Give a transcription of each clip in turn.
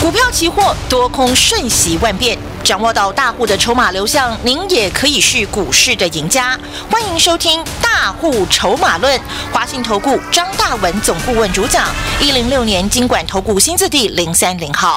股票期货多空瞬息万变，掌握到大户的筹码流向，您也可以是股市的赢家。欢迎收听《大户筹码论》，华信投顾张大文总顾问主讲，106年金管投顾新字第030号。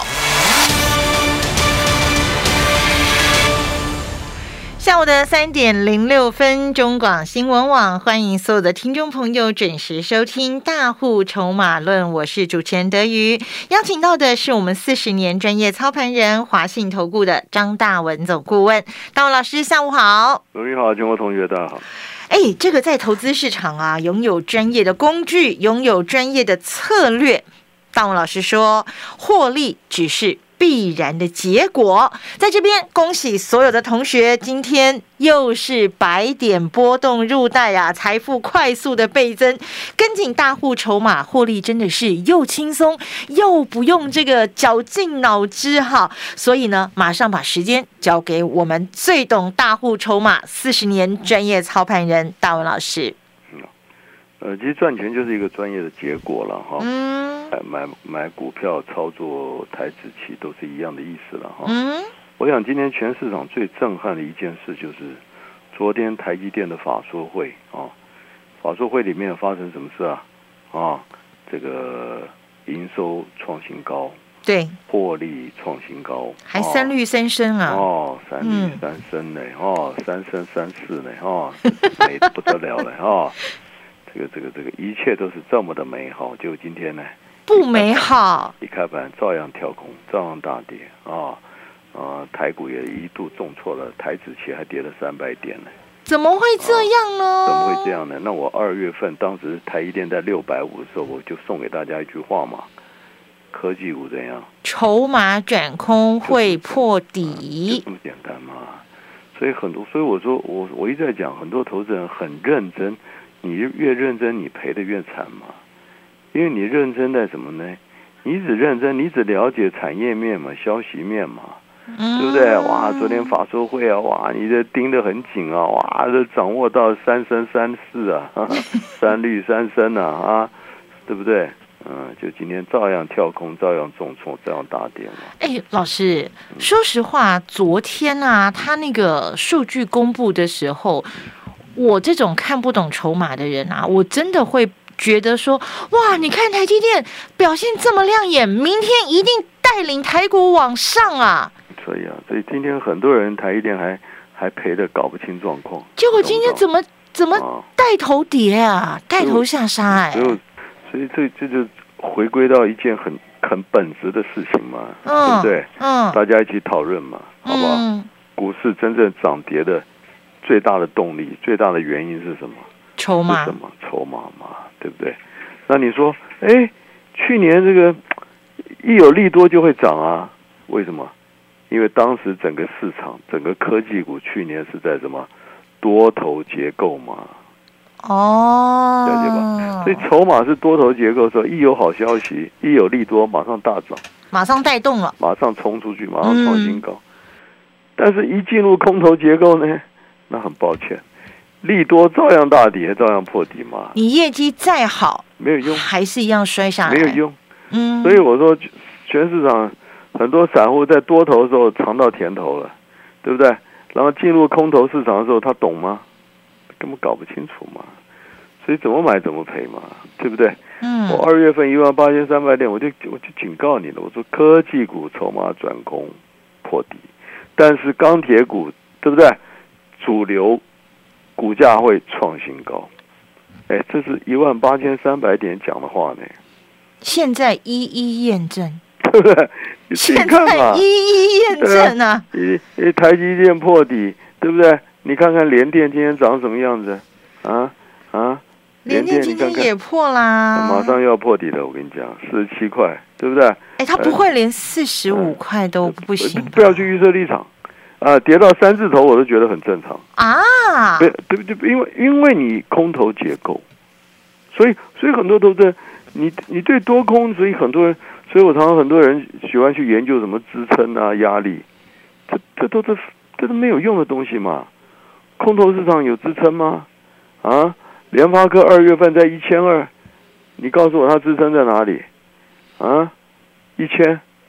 下午的3点06分，中广新闻网欢迎所有的听众朋友准时收听大户筹码论，我是主持人德瑜，邀请到的是我们40年专业操盘人华信投顾的张大文总顾问。大文老师下午好。 德瑜好，全国同学大家好。 这个在投资市场啊，拥有专业的工具，拥有专业的策略。大文老师说，获利只是必然的结果。在这边恭喜所有的同学，今天又是百点波动入袋啊，财富快速的倍增，跟紧大户筹码获利真的是又轻松又不用这个绞尽脑汁哈。所以呢，马上把时间交给我们最懂大户筹码40年专业操盘人大文老师。 其实赚钱就是一个专业的结果了哈。买股票、操作台指期都是一样的意思了哈。我想今天全市场最震撼的一件事就是昨天台积电的法说会啊。法说会里面发生什么事啊？这个营收创新高，对，获利创新高， 还三率三升啊！ 三率三升呢，三升三四呢，美得不得了了这个一切都是这么的美好，结果今天呢不美好， 一开盘照样跳空，照样大跌台股也一度重挫了，台指期还跌了300点呢。 怎么会这样呢？ 怎么会这样呢？那我2月份当时台积电在650的时候，我就送给大家一句话嘛：科技股怎样？ 筹码转空会破底， 就这么简单嘛。所以我说我一直在讲，很多投资人很认真。你越认真，你赔得越惨嘛。因为你认真在什么呢？你只认真，你只了解产业面嘛，消息面嘛，对不对？哇，昨天法说会啊，哇，你这盯得很紧啊，哇，这掌握到3升3四啊，三率三升啊，对不对？就今天照样跳空，照样重挫，照样大跌嘛。 老师，说实话，昨天啊，他那个数据公布的时候，我这种看不懂筹码的人啊，我真的会觉得说，哇，你看台积电表现这么亮眼，明天一定带领台股往上啊。 所以今天很多人台积电还赔得搞不清状况。 结果今天怎么带头跌啊，带头下杀所以这就回归到一件很本质的事情嘛，对不对？大家一起讨论嘛，好不好？股市真正涨跌的最大的动力、最大的原因是什么？ 筹码。 是什么？筹码嘛，对不对？那你说，去年这个一有利多就会涨啊？为什么？因为当时整个市场、整个科技股去年是在什么多头结构嘛？了解吧？所以筹码是多头结构的时候，一有好消息，一有利多，马上大涨， 马上带动了， 马上冲出去，马上创新高。但是，一进入空头结构呢，那很抱歉，利多照样大跌，照样破底嘛。 你业绩再好， 没有用， 还是一样摔下来， 没有用。所以我说，全市场很多散户在多头的时候尝到甜头了，对不对？然后进入空头市场的时候，他懂吗？根本搞不清楚嘛。所以怎么买怎么赔嘛，对不对？我2月份18300点，我就警告你了，我说科技股筹码转空破底，但是钢铁股对不对？主流股价会创新高，这是18300点讲的话呢。 现在一一验证， 对不对？ 现在一一验证啊！ 台积电破底，对不对？你看看联电今天长什么样子联电今天也破啦， 马上又要破底了。我跟你讲，47块，对不对？ 它不会连45块都不行吧？ 不要去预设立场跌到3字头我都觉得很正常啊。对，因为你空头结构，所以很多投资人，你对多空，所以我常常很多人喜欢去研究什么支撑啊、压力，这都是没有用的东西嘛。空头市场有支撑吗？联发科2月份在1200，你告诉我它支撑在哪里？1000，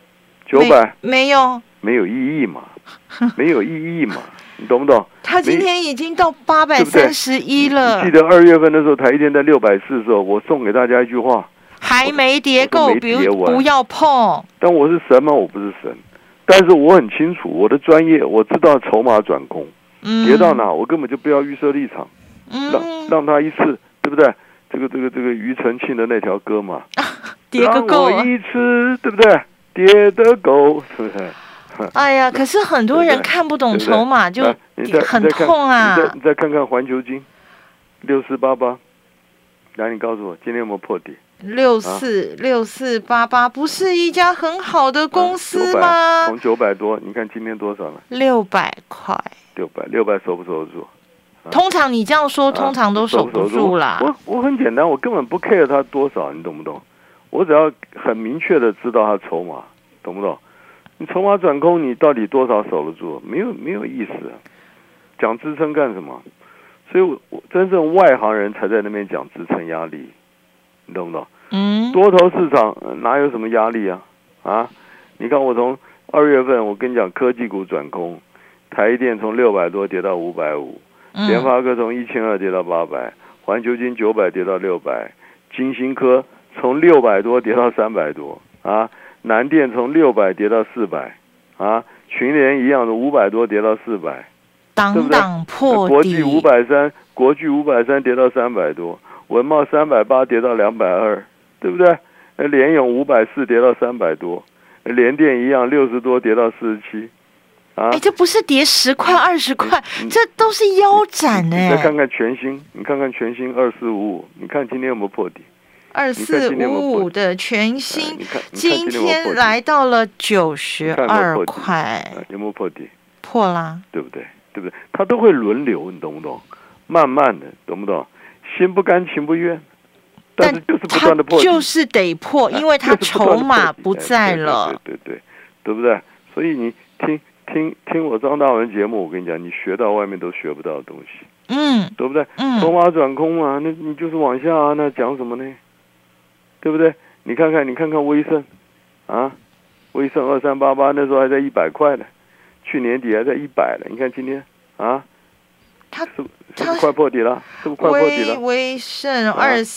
900 没有意义嘛，没有意义嘛，你懂不懂？ 他今天已经到831了。 记得2月份的时候，台积电在640的时候，我送给大家一句话： 还没跌够，不要碰。 但我是神吗？我不是神，但是我很清楚我的专业，我知道筹码转空，跌到哪我根本就不要预设立场，让他一次，对不对？这个庾澄庆的那条歌嘛， 跌个够， 让我一次，对不对？跌得够，是不是？ 哎呀，可是很多人看不懂筹码，就很痛啊！ 你再看看环球金6488，来，你告诉我今天有没有破底 ？6488不是一家很好的公司吗？ 从900多，你看今天多少了 ？600块。 600守不守得住？ 通常你这样说，通常都守不住啦。 我很简单，我根本不 care 它多少，你懂不懂？我只要很明确的知道它筹码，懂不懂？你筹码转空，你到底多少守得住？没有意思啊，讲支撑干什么？所以我真正外行人才在那边讲支撑压力，你懂不懂？多头市场哪有什么压力啊？啊，你看我从2月份，我跟你讲科技股转空，台积电从600多跌到550，联发科从1200跌到800，环球金900跌到600，金星科从600多跌到300多啊，南电从600跌到400啊，群联一样的500多跌到400， 当当破底。 国巨530跌到300多，文茂380跌到220，对不对？联咏540跌到300多，联电一样60多跌到47。 这不是跌10块20块，这都是腰斩哎！ 你再看看全新，你看看全新2455，你看今天有没有破底 ？2455的全新，今天来到了92块， 有没有破底？ 破啦， 对不对？对不对？它都会轮流，你懂不懂？慢慢的，懂不懂？心不甘情不愿，但是就是不断的破底， 就是得破，因为它筹码不在了。 对不对？所以你听我张大文节目，我跟你讲，你学到外面都学不到的东西，对不对？筹码转空嘛，那你就是往下啊，那讲什么呢？对不对？你看看威盛啊，威盛2388那时候还在100块呢，去年底还在100了，你看今天啊，是不是快破底了？是不是快破底了？ 威盛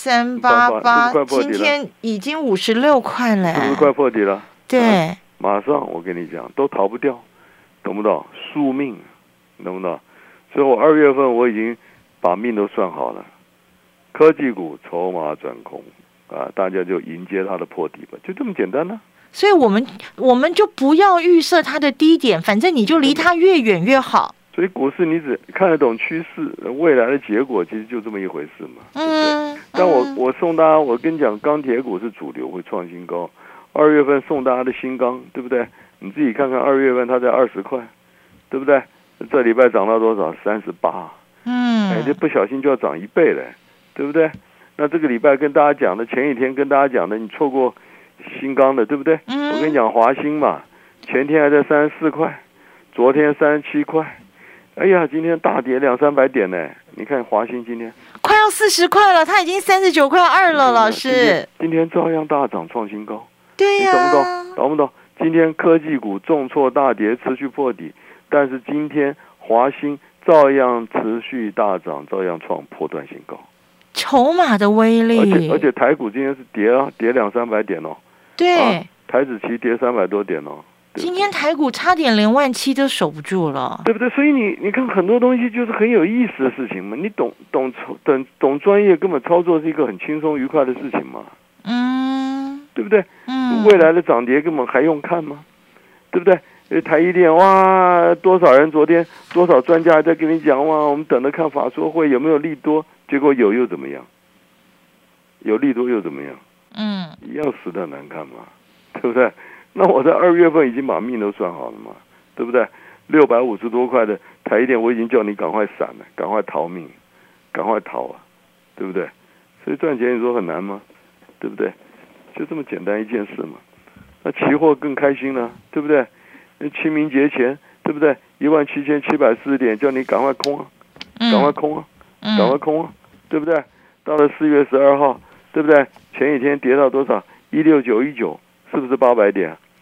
2388，今天已经56块了， 是不是快破底了？ 对， 马上我跟你讲，都逃不掉。懂不懂？宿命，懂不懂？所以我2月份我已经把命都算好了，科技股筹码转空啊，大家就迎接它的破底吧，就这么简单呢。 所以我们就不要预设它的低点，反正你就离它越远越好。 所以股市你只看得懂趋势，未来的结果其实就这么一回事嘛。但我送大家，我跟你讲，钢铁股是主流，会创新高。2月份送大家的新钢，对不对？你自己看看2月份它在20块，对不对？这礼拜涨到多少？38。这不小心就要涨1倍了，对不对？那这个礼拜跟大家讲的，前几天跟大家讲的，你错过新钢的，对不对？我跟你讲华兴嘛，前天还在34块，昨天37块，哎呀，今天大跌200-300点呢。你看华兴今天快要40块了，它已经39.2块了，老师。 今天照样大涨创新高， 对呀， 你懂不懂？今天科技股重挫大跌，持续破底，但是今天华兴照样持续大涨，照样创波段新高。 筹码的威力， 而且台股今天是跌200-300点哦。 对， 台指期跌300多点哦。 今天台股差点连17000都守不住了， 对不对？所以你看很多东西就是很有意思的事情嘛。你懂专业，根本操作是一个很轻松愉快的事情嘛。对不对？未来的涨跌根本还用看吗？对不对？台积电哇，多少人昨天多少专家还在跟你讲哇，我们等着看法说会有没有利多，结果有又怎么样？有利多又怎么样？一样死得难看嘛，对不对？那我在2月份已经把命都算好了嘛，对不对？650多块的台积电，我已经叫你赶快闪了，赶快逃命，赶快逃啊，对不对？所以赚钱你说很难吗？对不对？就这么简单一件事嘛。那期货更开心了，对不对？清明节前，对不对？17740点，叫你赶快空啊，赶快空啊，赶快空啊，对不对？到了4月12号，对不对？前几天跌到多少？16919，是不是800点？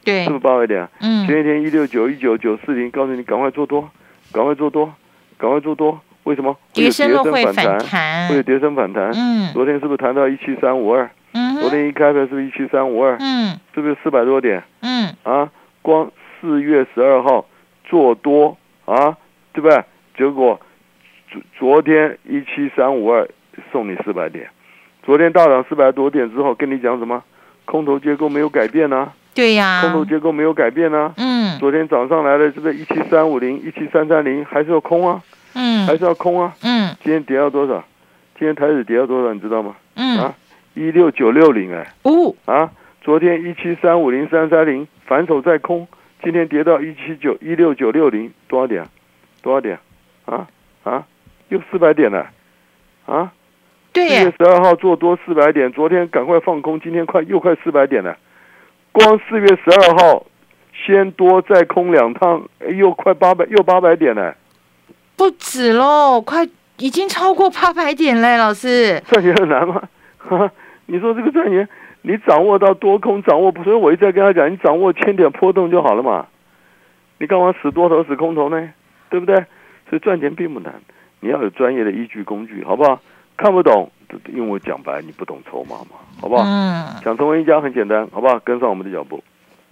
对， 是不是800点？前一天1691994，告诉你赶快做多，赶快做多，赶快做多。为什么？ 跌升了会反弹，会有跌升反弹。昨天是不是谈到17352？昨天一开盘是不是17352？是不是400多点？光4月12号做多啊，对不对？结果昨天17352送你400点，昨天大涨400多点之后，跟你讲什么？空头结构没有改变啊。 对呀， 空头结构没有改变啊。昨天涨上来的这个17350、17330还是要空啊。还是要空啊。今天跌到多少？今天台指跌到多少？你知道吗？16960昨天17350、330反手再空，今天跌到16960，多少点？多少点？又400点了。 对。 4月12号做多400点，昨天赶快放空，今天又快400点了。光4月12号先多再空2趟，又快800点了。 不止喽，已经超过800点嘞，老师。 赚钱很难吗？你说这个赚钱，你掌握到多空掌握，所以我一直在跟他讲，你掌握1000点波动就好了嘛。你干嘛死多头死空头呢？对不对？所以赚钱并不难，你要有专业的依据工具，好不好？看不懂，因为我讲白，你不懂筹码嘛，好不好？想成为赢家很简单，好不好？跟上我们的脚步。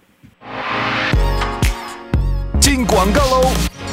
进广告喽。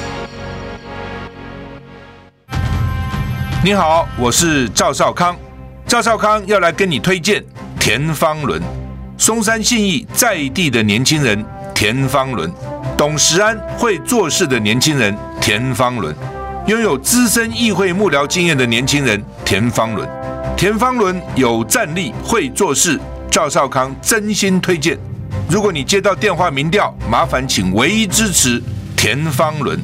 你好，我是赵少康。赵少康要来跟你推荐田方伦，松山信义在地的年轻人田方伦，懂食安会做事的年轻人田方伦，拥有资深议会幕僚经验的年轻人田方伦。田方伦有战力，会做事，赵少康真心推荐。如果你接到电话民调，麻烦请唯一支持田方伦。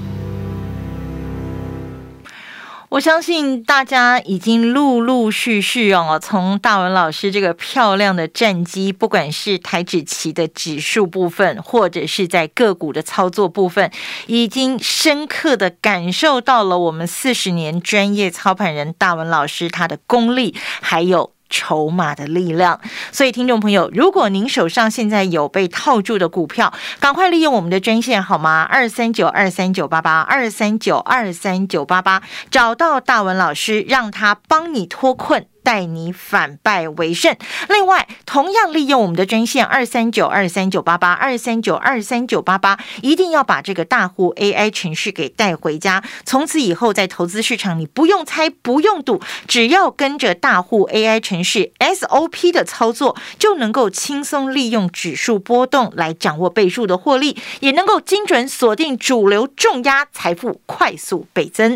我相信大家已经陆陆续续从大文老师这个漂亮的战绩，不管是台指期的指数部分，或者是在个股的操作部分，已经深刻的感受到了我们40年专业操盘人大文老师他的功力，还有筹码的力量。所以听众朋友，如果您手上现在有被套住的股票，赶快利用我们的专线好吗？23923988239239888，找到大文老师，让他帮你脱困，带你反败为胜。另外，同样利用我们的专线23923988239239888，一定要把这个大户 AI 程序给带回家。从此以后，在投资市场，你不用猜，不用赌，只要跟着大户 AI 程序 SOP 的操作，就能够轻松利用指数波动来掌握倍数的获利，也能够精准锁定主流重压，财富快速倍增。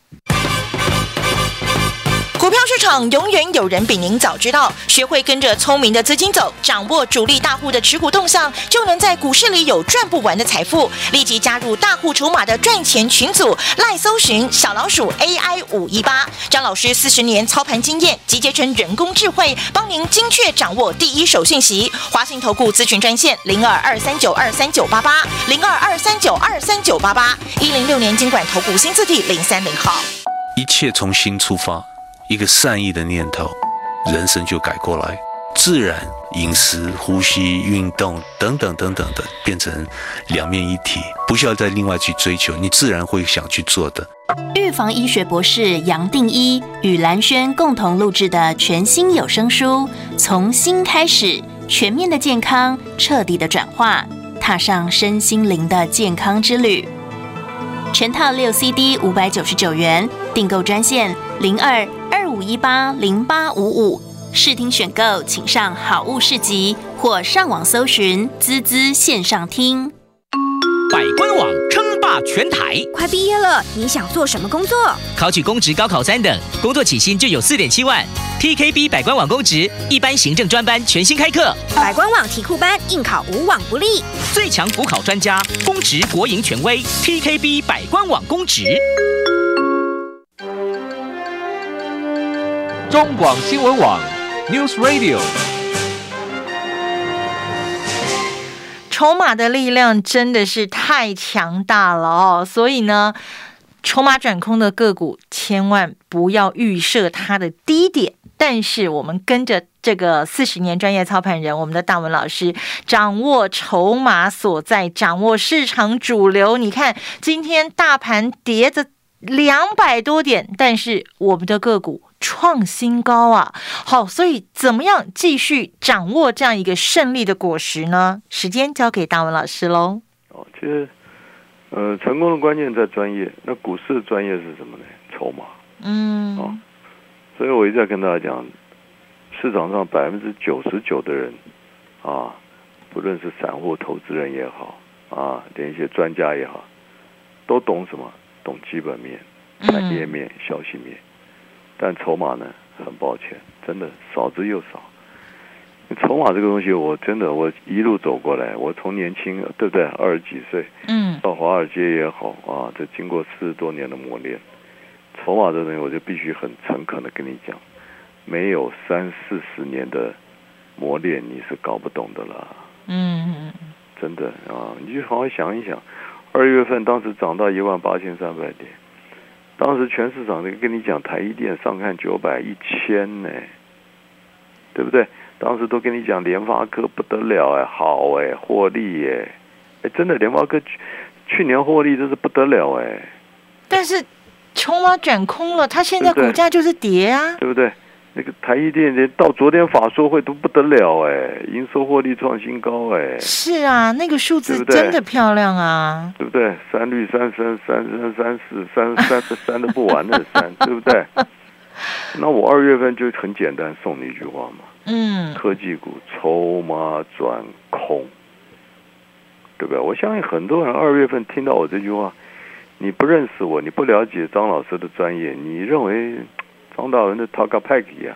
股票市场永远有人比您早知道，学会跟着聪明的资金走，掌握主力大户的持股动向，就能在股市里有赚不完的财富。立即加入大户筹码的赚钱群组，赖搜寻小老鼠 AI518，张老师40年操盘经验集结成人工智慧，帮您精确掌握第一手讯息。华信投顾咨询专线0223923988，0223923988，106年金管投顾新字第030号。 一切从心出发，一个善意的念头，人生就改过来，自然饮食、呼吸、运动等等等等的变成两面一体，不需要再另外去追求，你自然会想去做的。 预防医学博士杨定一与蓝轩共同录制的全新有声书《从心开始，全面的健康，彻底的转化，踏上身心灵的健康之旅》。全套6 CD 599元，订购专线02-2518-0855，视听选购请上好物市集或上网搜寻滋滋线上听。 百官网称霸全台， 快毕业了，你想做什么工作？ 考取公职、高考3等，工作起薪就有4.7万。TKB 百官网公职一般行政专班全新开课， 百官网题库班应考无往不利， 最强补考专家，公职国营权威 TKB 百官网公职。 中广新闻网 News Radio。 筹码的力量真的是太强大了所以呢，筹码转空的个股千万不要预设它的低点，但是我们跟着这个40年专业操盘人，我们的大文老师，掌握筹码所在，掌握市场主流。你看今天大盘跌着200多点，但是我们的个股创新高啊！好，所以怎么样继续掌握这样一个胜利的果实呢？时间交给大文老师喽。 其实成功的关键在专业。那股市的专业是什么呢？筹码。所以我一直在跟大家讲，市场上99%的人啊，不论是散户投资人也好啊，连一些专家也好，都懂什么？懂基本面、产业面、消息面。但筹码呢，很抱歉，真的少之又少。筹码这个东西，我一路走过来，我从年轻，对不对，20几岁，到华尔街也好啊，这经过40多年的磨练，筹码这东西，我就必须很诚恳的跟你讲，没有30-40年的磨练，你是搞不懂的啦。真的啊，你就好好想一想，2月份当时涨到18300点，当时全市场跟你讲台积电上看900、1000呢，对不对？当时都跟你讲联发科不得了好获利真的联发科去年获利真是不得了但是筹码转空了，它现在股价就是跌啊， 对不对？那个台积电连到昨天法说会都不得了营收获利创新高是啊，那个数字真的漂亮啊， 对不对？3率3升3升3四3都不完的3，对不对？那我2月份就很简单送你一句话嘛，科技股筹码转空，对不对？我相信很多人2月份听到我这句话，你不认识我，你不了解张老师的专业，你认为张大文的 talk派给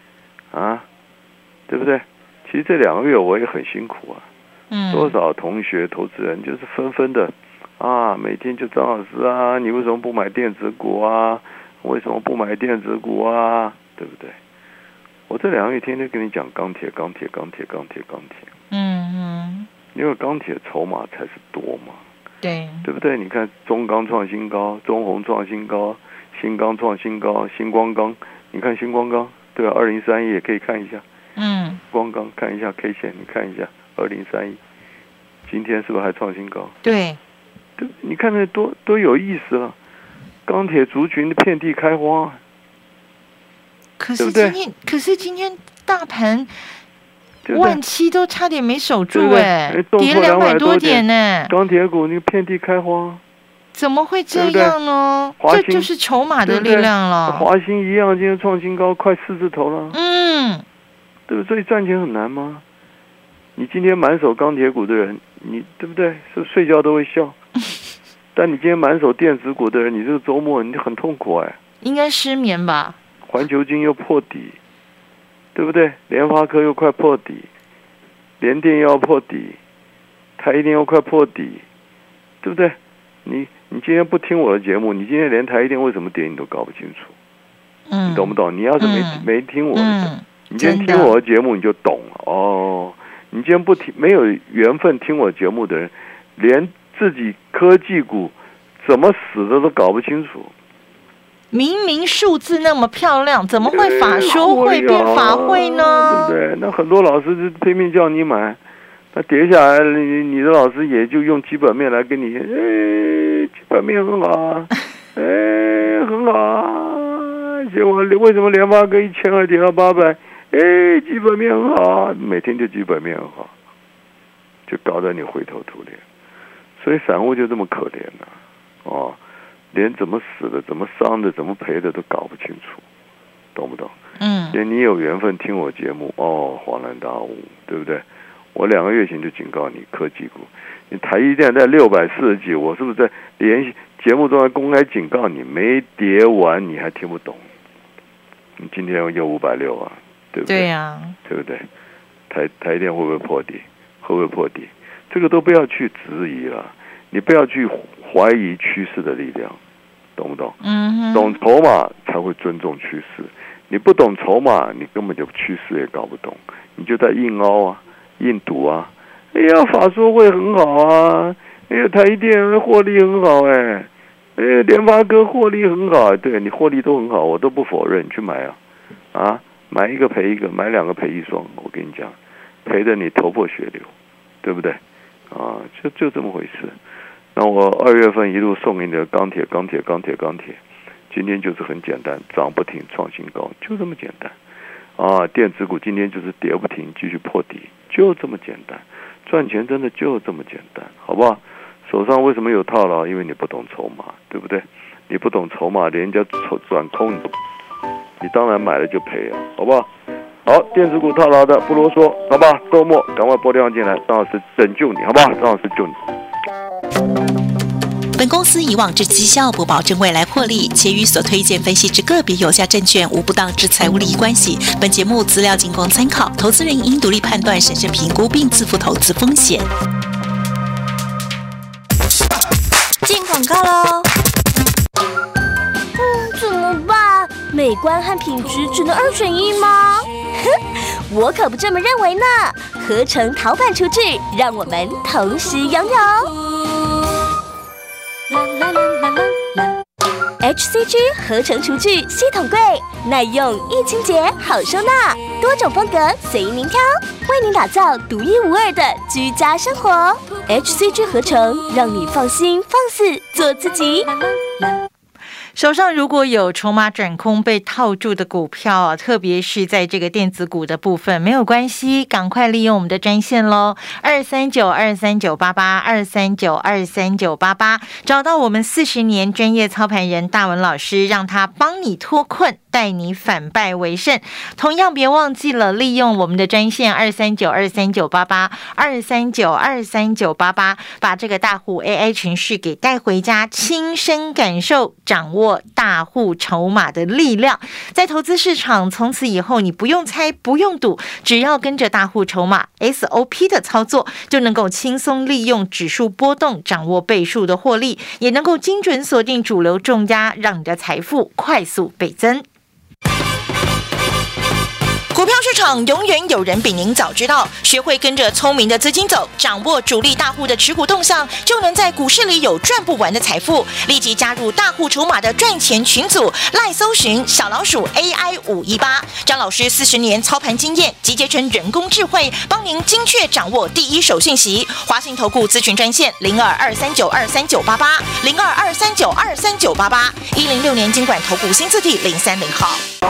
对不对？其实这2个月我也很辛苦多少同学投资人就是纷纷的每天就张老师你为什么不买电子股为什么不买电子股对不对？我这2个月天天跟你讲钢铁，因为钢铁筹码才是多嘛， 对不对？你看中钢创新高，中红创新高，新钢创新高，新光钢，你看新光钢，对吧？2031也可以看一下，光钢看一下 K 线，你看一下2031，今天是不是还创新高？ 对， 你看那多有意思了，钢铁族群遍地开花。 可是今天大盘17000都差点没守住跌200多点呢。 钢铁股那个遍地开花， 怎么会这样呢？这就是筹码的力量了。 华兴一样，今天创新高，快4字头了。对不对？所以赚钱很难吗？你今天满手钢铁股的人，你对不对？是不是睡觉都会笑？但你今天满手电子股的人，你这个周末你很痛苦应该失眠吧？ 环球晶又破底，对不对？联发科又快破底，联电又要破底，台积电又快破底，对不对？你今天不听我的节目，你今天连台积电为什么跌你都搞不清楚，你懂不懂？你要是没听我的，你今天听我的节目你就懂了你今天不听，没有缘分听我节目的人，连自己科技股怎么死的都搞不清楚。 明明数字那么漂亮，怎么会法说会变法会呢？ 对不对？那很多老师就拼命叫你买，那跌下来，你的老师也就用基本面来跟你，基本面很好很好结果为什么联发科1200跌到800？基本面很好每天就基本面很好，就搞得你灰头土脸。所以散户就这么可怜连怎么死的、怎么伤的、怎么赔的都搞不清楚，懂不懂？连你有缘分听我节目恍然大悟，对不对？我2个月前就警告你，科技股，你台积电在640几，我是不是在连续节目中还公开警告你，没跌完你还听不懂？你今天又560对不对？ 对呀， 对不对？台积电会不会破底？会不会破底？这个都不要去质疑了，你不要去怀疑趋势的力量，懂不懂？懂筹码才会尊重趋势，你不懂筹码，你根本就趋势也搞不懂，你就在硬凹硬赌法说会很好台积电获利很好联发科获利很好对，你获利都很好，我都不否认，你去买买一个赔一个，买两个赔一双，我跟你讲，赔得你头破血流，对不对？啊，就这么回事。那我2月份一路送给你的钢铁，今天就是很简单，涨不停创新高，就这么简单。啊，电子股今天就是跌不停，继续破底，就这么简单。赚钱真的就这么简单，好不好？手上为什么有套牢？因为你不懂筹码，对不对？你不懂筹码，连人家转空你当然买了就赔了，好不好？好，电子股套牢的不啰嗦，好吧？周末赶快拨电话进来，张老师拯救你，好不好？张老师救你。 本公司以往之绩效不保证未来获利，且与所推荐分析之个别有价证券无不当之财务利益关系。本节目资料仅供参考，投资人应独立判断、审慎评估并自负投资风险。 进广告喽！怎么办？美观和品质只能2选1吗？我可不这么认为呢。合成陶板厨具，让我们同时拥有。HCG 合成厨具系统柜，耐用易清洁好收纳，多种风格随您挑，为您打造独一无二的居家生活。HCG 合成，让你放心放肆做自己。 手上如果有筹码转空被套住的股票，特别是在这个电子股的部分，没有关系，赶快利用我们的专线咯，239-23988，239-23988，找到我们40年专业操盘人大文老师，让他帮你脱困，带你反败为胜。同样别忘记了利用我们的专线239-23988，239-23988，把这个大户 AI 程序给带回家，亲身感受，掌握大户筹码的力量。在投资市场，从此以后你不用猜，不用赌，只要跟着大户筹码 SOP 的操作，就能够轻松利用指数波动，掌握倍数的获利，也能够精准锁定主流重压，让你的财富快速倍增。股票市场永远有人比您早知道，学会跟着聪明的资金走，掌握主力大户的持股动向，就能在股市里有赚不完的财富。立即加入大户筹码的赚钱群组，赖搜寻小老鼠 AI518，张老师40年操盘经验集结成人工智慧，帮您精确掌握第一手讯息。华信投顾咨询专线02-239-23988，02-239-23988，106年金管投顾新字第030号。